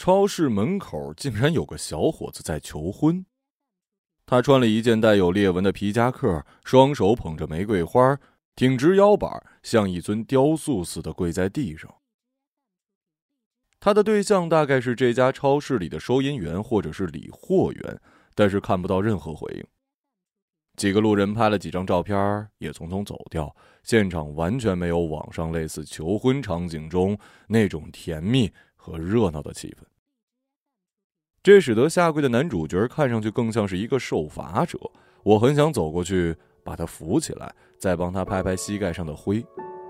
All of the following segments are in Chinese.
超市门口竟然有个小伙子在求婚。他穿了一件带有裂纹的皮夹克，双手捧着玫瑰花，挺直腰板，像一尊雕塑似的跪在地上。他的对象大概是这家超市里的收银员或者是理货员，但是看不到任何回应。几个路人拍了几张照片，也匆匆走掉，现场完全没有网上类似求婚场景中那种甜蜜和热闹的气氛。这使得下跪的男主角看上去更像是一个受罚者，我很想走过去把他扶起来，再帮他拍拍膝盖上的灰。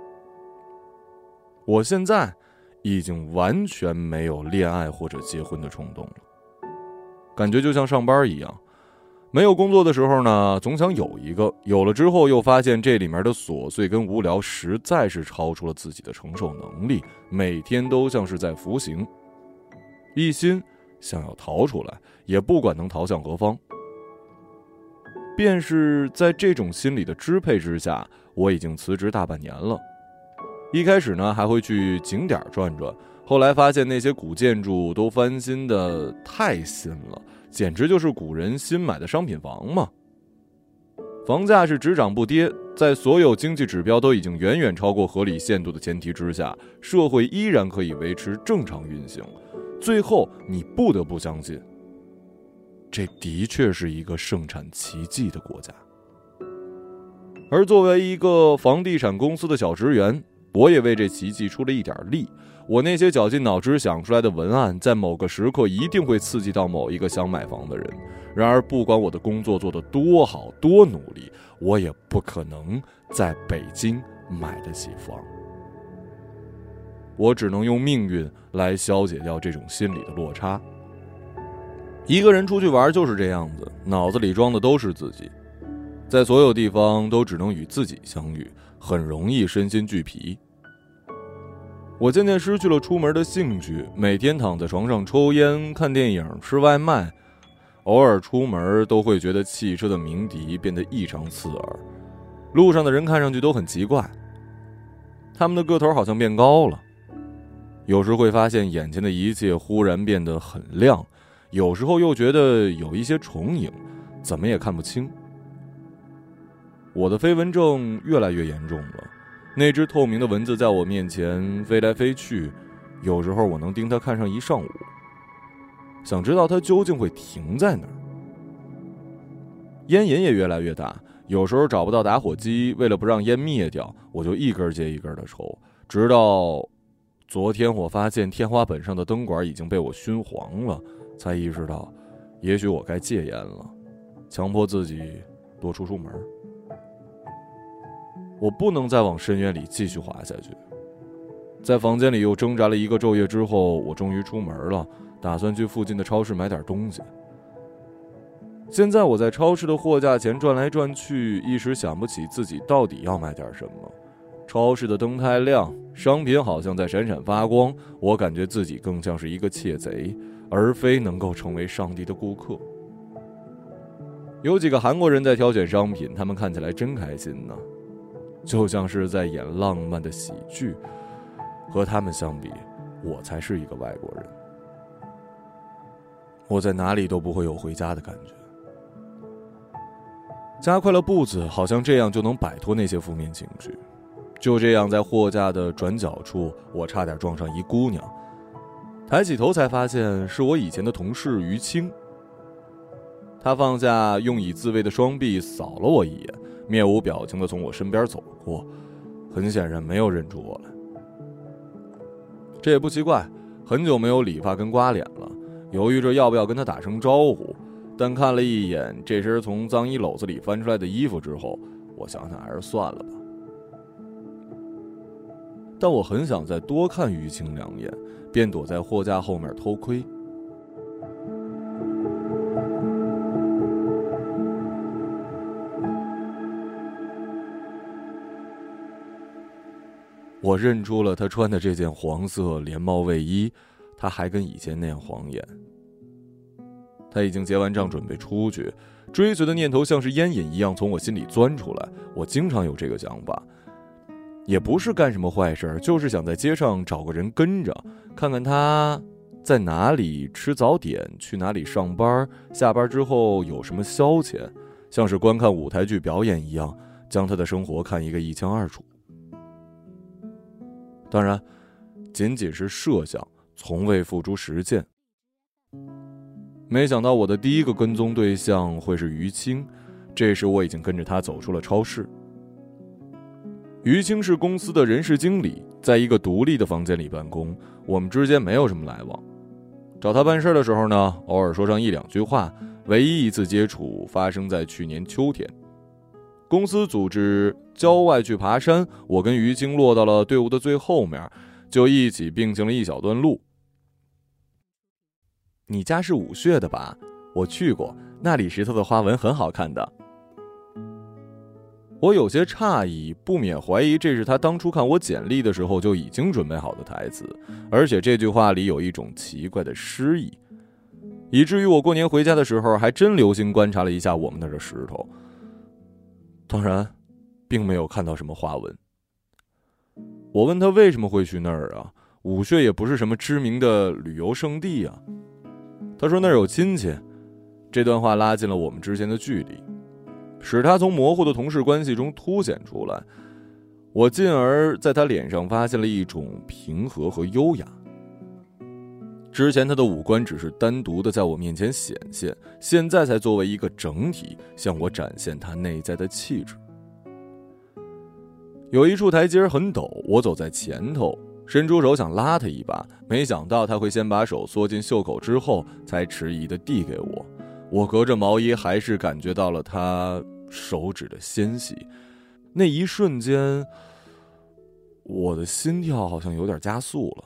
我现在已经完全没有恋爱或者结婚的冲动了，感觉就像上班一样，没有工作的时候呢，总想有一个，有了之后又发现这里面的琐碎跟无聊实在是超出了自己的承受能力，每天都像是在服刑，一心想要逃出来，也不管能逃向何方。便是在这种心理的支配之下，我已经辞职大半年了。一开始呢，还会去景点转转，后来发现那些古建筑都翻新的太新了，简直就是古人新买的商品房嘛。房价是只涨不跌，在所有经济指标都已经远远超过合理限度的前提之下，社会依然可以维持正常运行。最后你不得不相信，这的确是一个盛产奇迹的国家。而作为一个房地产公司的小职员，我也为这奇迹出了一点力。我那些绞尽脑汁想出来的文案，在某个时刻一定会刺激到某一个想买房的人。然而不管我的工作做得多好多努力，我也不可能在北京买得起房。我只能用命运来消解掉这种心理的落差。一个人出去玩就是这样子，脑子里装的都是自己，在所有地方都只能与自己相遇，很容易身心俱疲。我渐渐失去了出门的兴趣，每天躺在床上抽烟、看电影、吃外卖，偶尔出门都会觉得汽车的鸣笛变得异常刺耳，路上的人看上去都很奇怪，他们的个头好像变高了。有时会发现眼前的一切忽然变得很亮，有时候又觉得有一些重影，怎么也看不清。我的飞蚊症越来越严重了，那只透明的蚊子在我面前飞来飞去，有时候我能盯它看上一上午，想知道它究竟会停在哪儿。烟瘾也越来越大，有时候找不到打火机，为了不让烟灭掉，我就一根接一根的抽，直到昨天我发现天花板上的灯管已经被我熏黄了，才意识到也许我该戒烟了，强迫自己多出门。我不能再往深渊里继续滑下去。在房间里又挣扎了一个昼夜之后，我终于出门了，打算去附近的超市买点东西。现在我在超市的货架前转来转去，一时想不起自己到底要买点什么。超市的灯太亮，商品好像在闪闪发光，我感觉自己更像是一个窃贼，而非能够成为上帝的顾客。有几个韩国人在挑选商品，他们看起来真开心呢，就像是在演浪漫的喜剧。和他们相比，我才是一个外国人。我在哪里都不会有回家的感觉。加快了步子，好像这样就能摆脱那些负面情绪。就这样，在货架的转角处，我差点撞上一姑娘。抬起头才发现是我以前的同事于青。她放下用以自慰的双臂，扫了我一眼，面无表情地从我身边走过，很显然没有认出我来。这也不奇怪，很久没有理发跟刮脸了，犹豫着要不要跟她打声招呼，但看了一眼这身从脏衣篓子里翻出来的衣服之后，我想想还是算了吧。但我很想再多看于青两眼，便躲在货架后面偷窥。我认出了他穿的这件黄色连帽卫衣，他还跟以前那样晃眼。他已经结完账准备出去，追随的念头像是烟瘾一样从我心里钻出来。我经常有这个想法，也不是干什么坏事，就是想在街上找个人跟着，看看他在哪里吃早点，去哪里上班，下班之后有什么消遣，像是观看舞台剧表演一样，将他的生活看一个一清二楚。当然，仅仅是设想，从未付诸实践。没想到我的第一个跟踪对象会是于青，这时我已经跟着他走出了超市。于青是公司的人事经理，在一个独立的房间里办公，我们之间没有什么来往。找他办事的时候呢，偶尔说上一两句话，唯一一次接触发生在去年秋天。公司组织郊外去爬山，我跟于青落到了队伍的最后面，就一起并行了一小段路。你家是武穴的吧？我去过，那里石头的花纹很好看的。我有些诧异，不免怀疑这是他当初看我简历的时候就已经准备好的台词，而且这句话里有一种奇怪的诗意，以至于我过年回家的时候还真留心观察了一下我们那儿的石头。当然，并没有看到什么花纹。我问他为什么会去那儿啊？武穴也不是什么知名的旅游胜地啊。他说那儿有亲戚。这段话拉近了我们之间的距离，使他从模糊的同事关系中凸显出来。我进而在他脸上发现了一种平和和优雅。之前他的五官只是单独的在我面前显现，现在才作为一个整体向我展现他内在的气质。有一处台阶很陡，我走在前头，伸出手想拉他一把，没想到他会先把手缩进袖口之后，才迟疑地递给我。我隔着毛衣还是感觉到了他手指的纤细，那一瞬间，我的心跳好像有点加速了。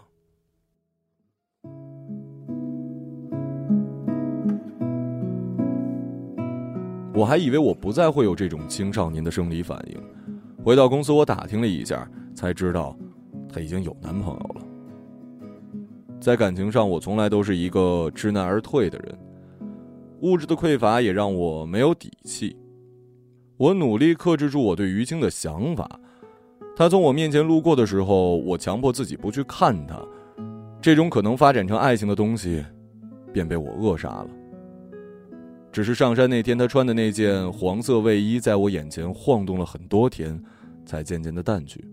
我还以为我不再会有这种青少年的生理反应。回到公司，我打听了一下，才知道她已经有男朋友了。在感情上，我从来都是一个知难而退的人，物质的匮乏也让我没有底气。我努力克制住我对于青的想法，她从我面前路过的时候，我强迫自己不去看她，这种可能发展成爱情的东西，便被我扼杀了。只是上山那天，她穿的那件黄色卫衣在我眼前晃动了很多天，才渐渐的淡去。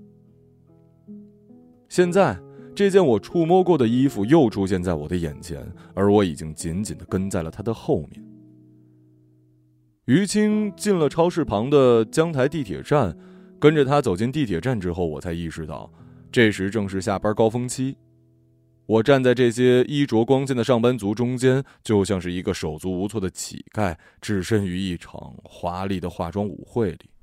现在，这件我触摸过的衣服又出现在我的眼前，而我已经紧紧地跟在了她的后面。于青进了超市旁的江台地铁站，跟着她走进地铁站之后，我才意识到，这时正是下班高峰期。我站在这些衣着光鲜的上班族中间，就像是一个手足无措的乞丐，置身于一场华丽的化妆舞会里。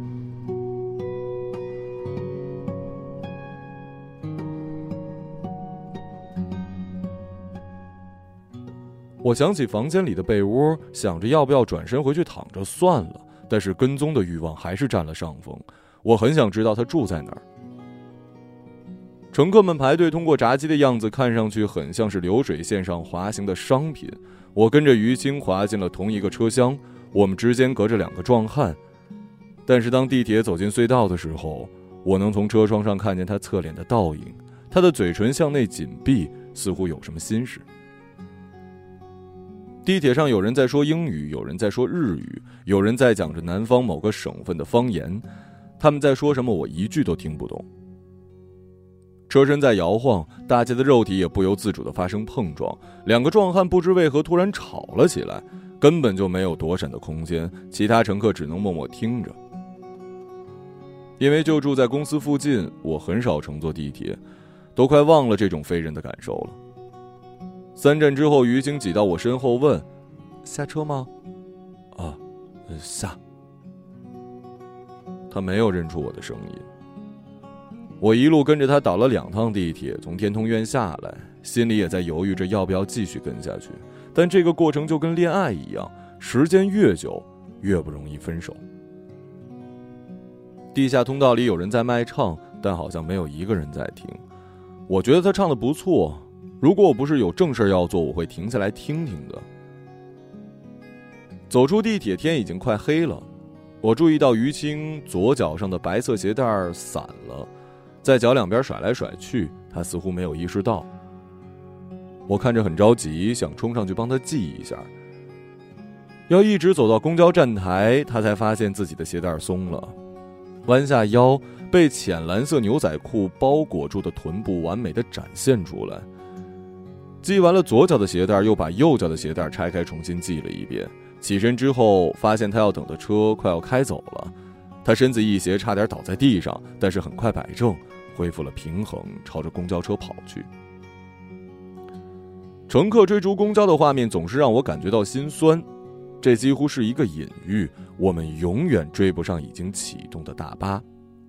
我想起房间里的被窝，想着要不要转身回去躺着算了，但是跟踪的欲望还是占了上风。我很想知道他住在哪儿。乘客们排队通过闸机的样子看上去很像是流水线上滑行的商品。我跟着于青滑进了同一个车厢，我们之间隔着两个壮汉。但是当地铁走进隧道的时候，我能从车窗上看见他侧脸的倒影，他的嘴唇向内紧闭，似乎有什么心事。地铁上有人在说英语，有人在说日语，有人在讲着南方某个省份的方言，他们在说什么我一句都听不懂。车身在摇晃，大家的肉体也不由自主地发生碰撞，两个壮汉不知为何突然吵了起来，根本就没有躲闪的空间，其他乘客只能默默听着。因为就住在公司附近，我很少乘坐地铁，都快忘了这种非人的感受了。3站之后，于青挤到我身后问：“下车吗？”“啊，下。”他没有认出我的声音。我一路跟着他倒了2趟地铁，从天通苑下来，心里也在犹豫着要不要继续跟下去。但这个过程就跟恋爱一样，时间越久，越不容易分手。地下通道里有人在卖唱，但好像没有一个人在听。我觉得他唱得不错，如果我不是有正事要做，我会停下来听听的。走出地铁，天已经快黑了。我注意到于青左脚上的白色鞋带散了，在脚两边甩来甩去，他似乎没有意识到。 我看着很着急，想冲上去帮他系一下。要一直走到公交站台，他才发现自己的鞋带松了，弯下腰，被浅蓝色牛仔裤包裹住的臀部完美的展现出来。系完了左脚的鞋带，又把右脚的鞋带拆开重新系了一遍。起身之后，发现他要等的车快要开走了，他身子一斜，差点倒在地上，但是很快摆正，恢复了平衡，朝着公交车跑去。乘客追逐公交的画面总是让我感觉到心酸，这几乎是一个隐喻，我们永远追不上已经启动的大巴。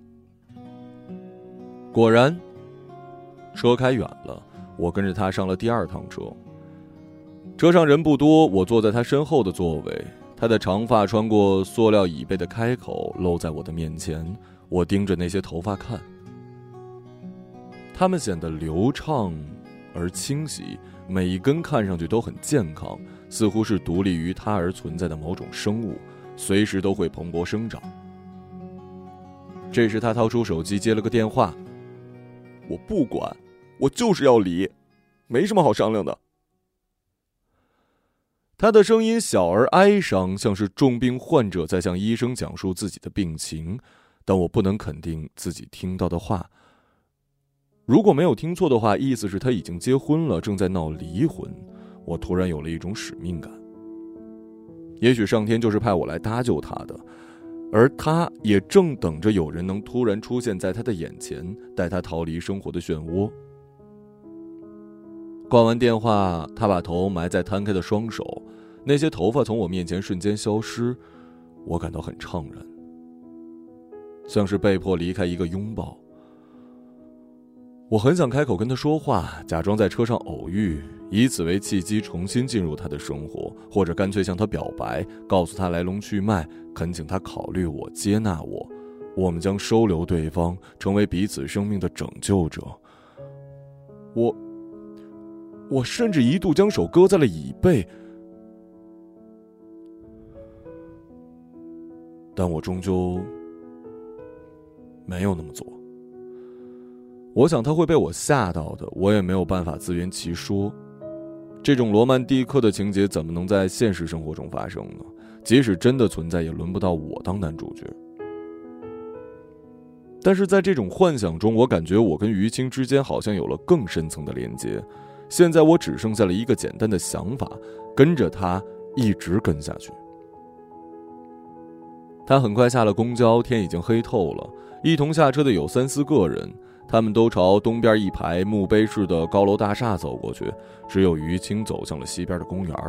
果然，车开远了，我跟着他上了第二趟车。车上人不多，我坐在他身后的座位，他的长发穿过塑料椅背的开口，露在我的面前。我盯着那些头发看，它们显得流畅而清晰，每一根看上去都很健康，似乎是独立于它而存在的某种生物，随时都会蓬勃生长。这时他掏出手机接了个电话。我不管，我就是要离，没什么好商量的。他的声音小而哀伤，像是重病患者在向医生讲述自己的病情，但我不能肯定自己听到的话。如果没有听错的话，意思是他已经结婚了，正在闹离婚。我突然有了一种使命感，也许上天就是派我来搭救他的，而他也正等着有人能突然出现在他的眼前，带他逃离生活的漩涡。挂完电话，他把头埋在摊开的双手，那些头发从我面前瞬间消失，我感到很怅然，像是被迫离开一个拥抱。我很想开口跟他说话，假装在车上偶遇，以此为契机重新进入他的生活，或者干脆向他表白，告诉他来龙去脉，恳请他考虑我，接纳我，我们将收留对方，成为彼此生命的拯救者。我甚至一度将手搁在了椅背，但我终究没有那么做。我想他会被我吓到的，我也没有办法自圆其说。这种罗曼蒂克的情节怎么能在现实生活中发生呢？即使真的存在，也轮不到我当男主角。但是在这种幻想中，我感觉我跟于青之间好像有了更深层的连接。现在我只剩下了一个简单的想法，跟着他一直跟下去。他很快下了公交，天已经黑透了。一同下车的有3-4个人，他们都朝东边一排墓碑式的高楼大厦走过去，只有于青走向了西边的公园。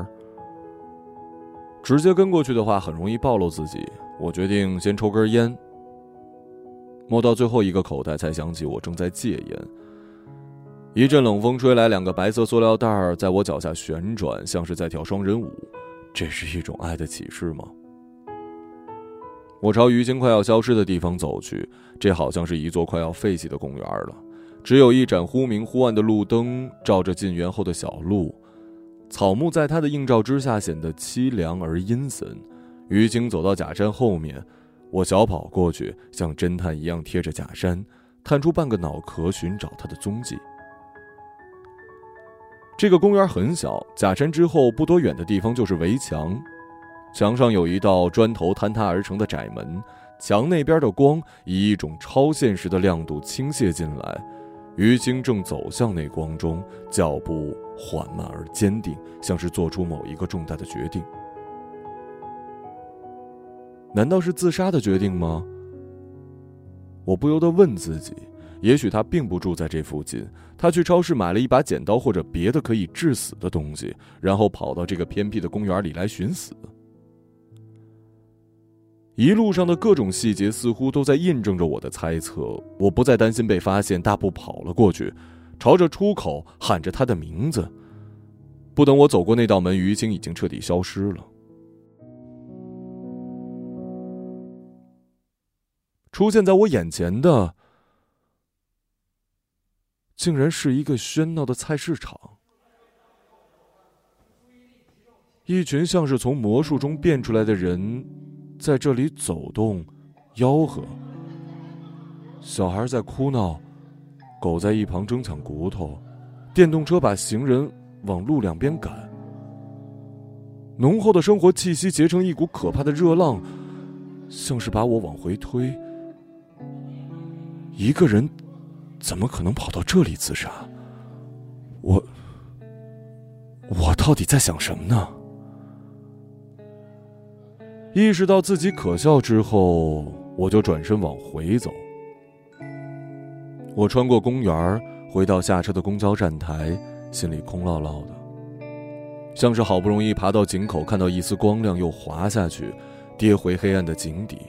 直接跟过去的话很容易暴露自己，我决定先抽根烟。摸到最后一个口袋，才想起我正在戒烟。一阵冷风吹来，2个白色塑料袋在我脚下旋转，像是在跳双人舞。这是一种爱的启示吗？我朝于青快要消失的地方走去，这好像是一座快要废弃的公园了，只有一盏忽明忽暗的路灯照着进园后的小路，草木在它的映照之下显得凄凉而阴森。于青走到假山后面，我小跑过去，像侦探一样贴着假山，探出半个脑壳寻找它的踪迹。这个公园很小，假山之后不多远的地方就是围墙，墙上有一道砖头坍塌而成的窄门，墙那边的光以一种超现实的亮度倾泻进来。于青正走向那光中，脚步缓慢而坚定，像是做出某一个重大的决定。难道是自杀的决定吗？我不由得问自己，也许他并不住在这附近，他去超市买了一把剪刀或者别的可以致死的东西，然后跑到这个偏僻的公园里来寻死。一路上的各种细节似乎都在印证着我的猜测，我不再担心被发现，大步跑了过去，朝着出口喊着他的名字。不等我走过那道门，于青已经彻底消失了。出现在我眼前的竟然是一个喧闹的菜市场，一群像是从魔术中变出来的人在这里走动吆喝，小孩在哭闹，狗在一旁争抢骨头，电动车把行人往路两边赶。浓厚的生活气息结成一股可怕的热浪，像是把我往回推。一个人怎么可能跑到这里自杀？我到底在想什么呢？意识到自己可笑之后，我就转身往回走。我穿过公园，回到下车的公交站台，心里空落落的，像是好不容易爬到井口，看到一丝光亮又滑下去，跌回黑暗的井底。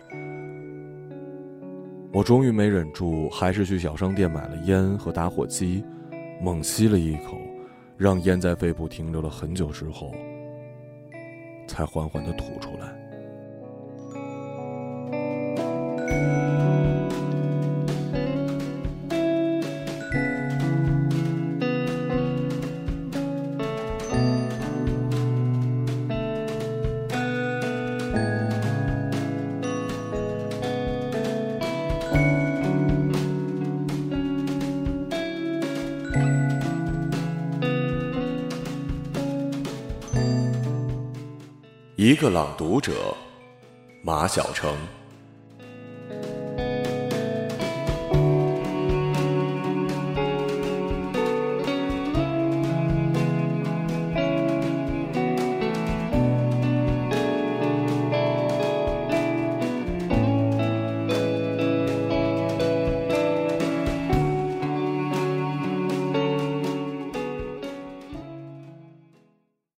我终于没忍住，还是去小商店买了烟和打火机，猛吸了一口，让烟在肺部停留了很久之后，才缓缓地吐出来。一个朗读者，马晓成。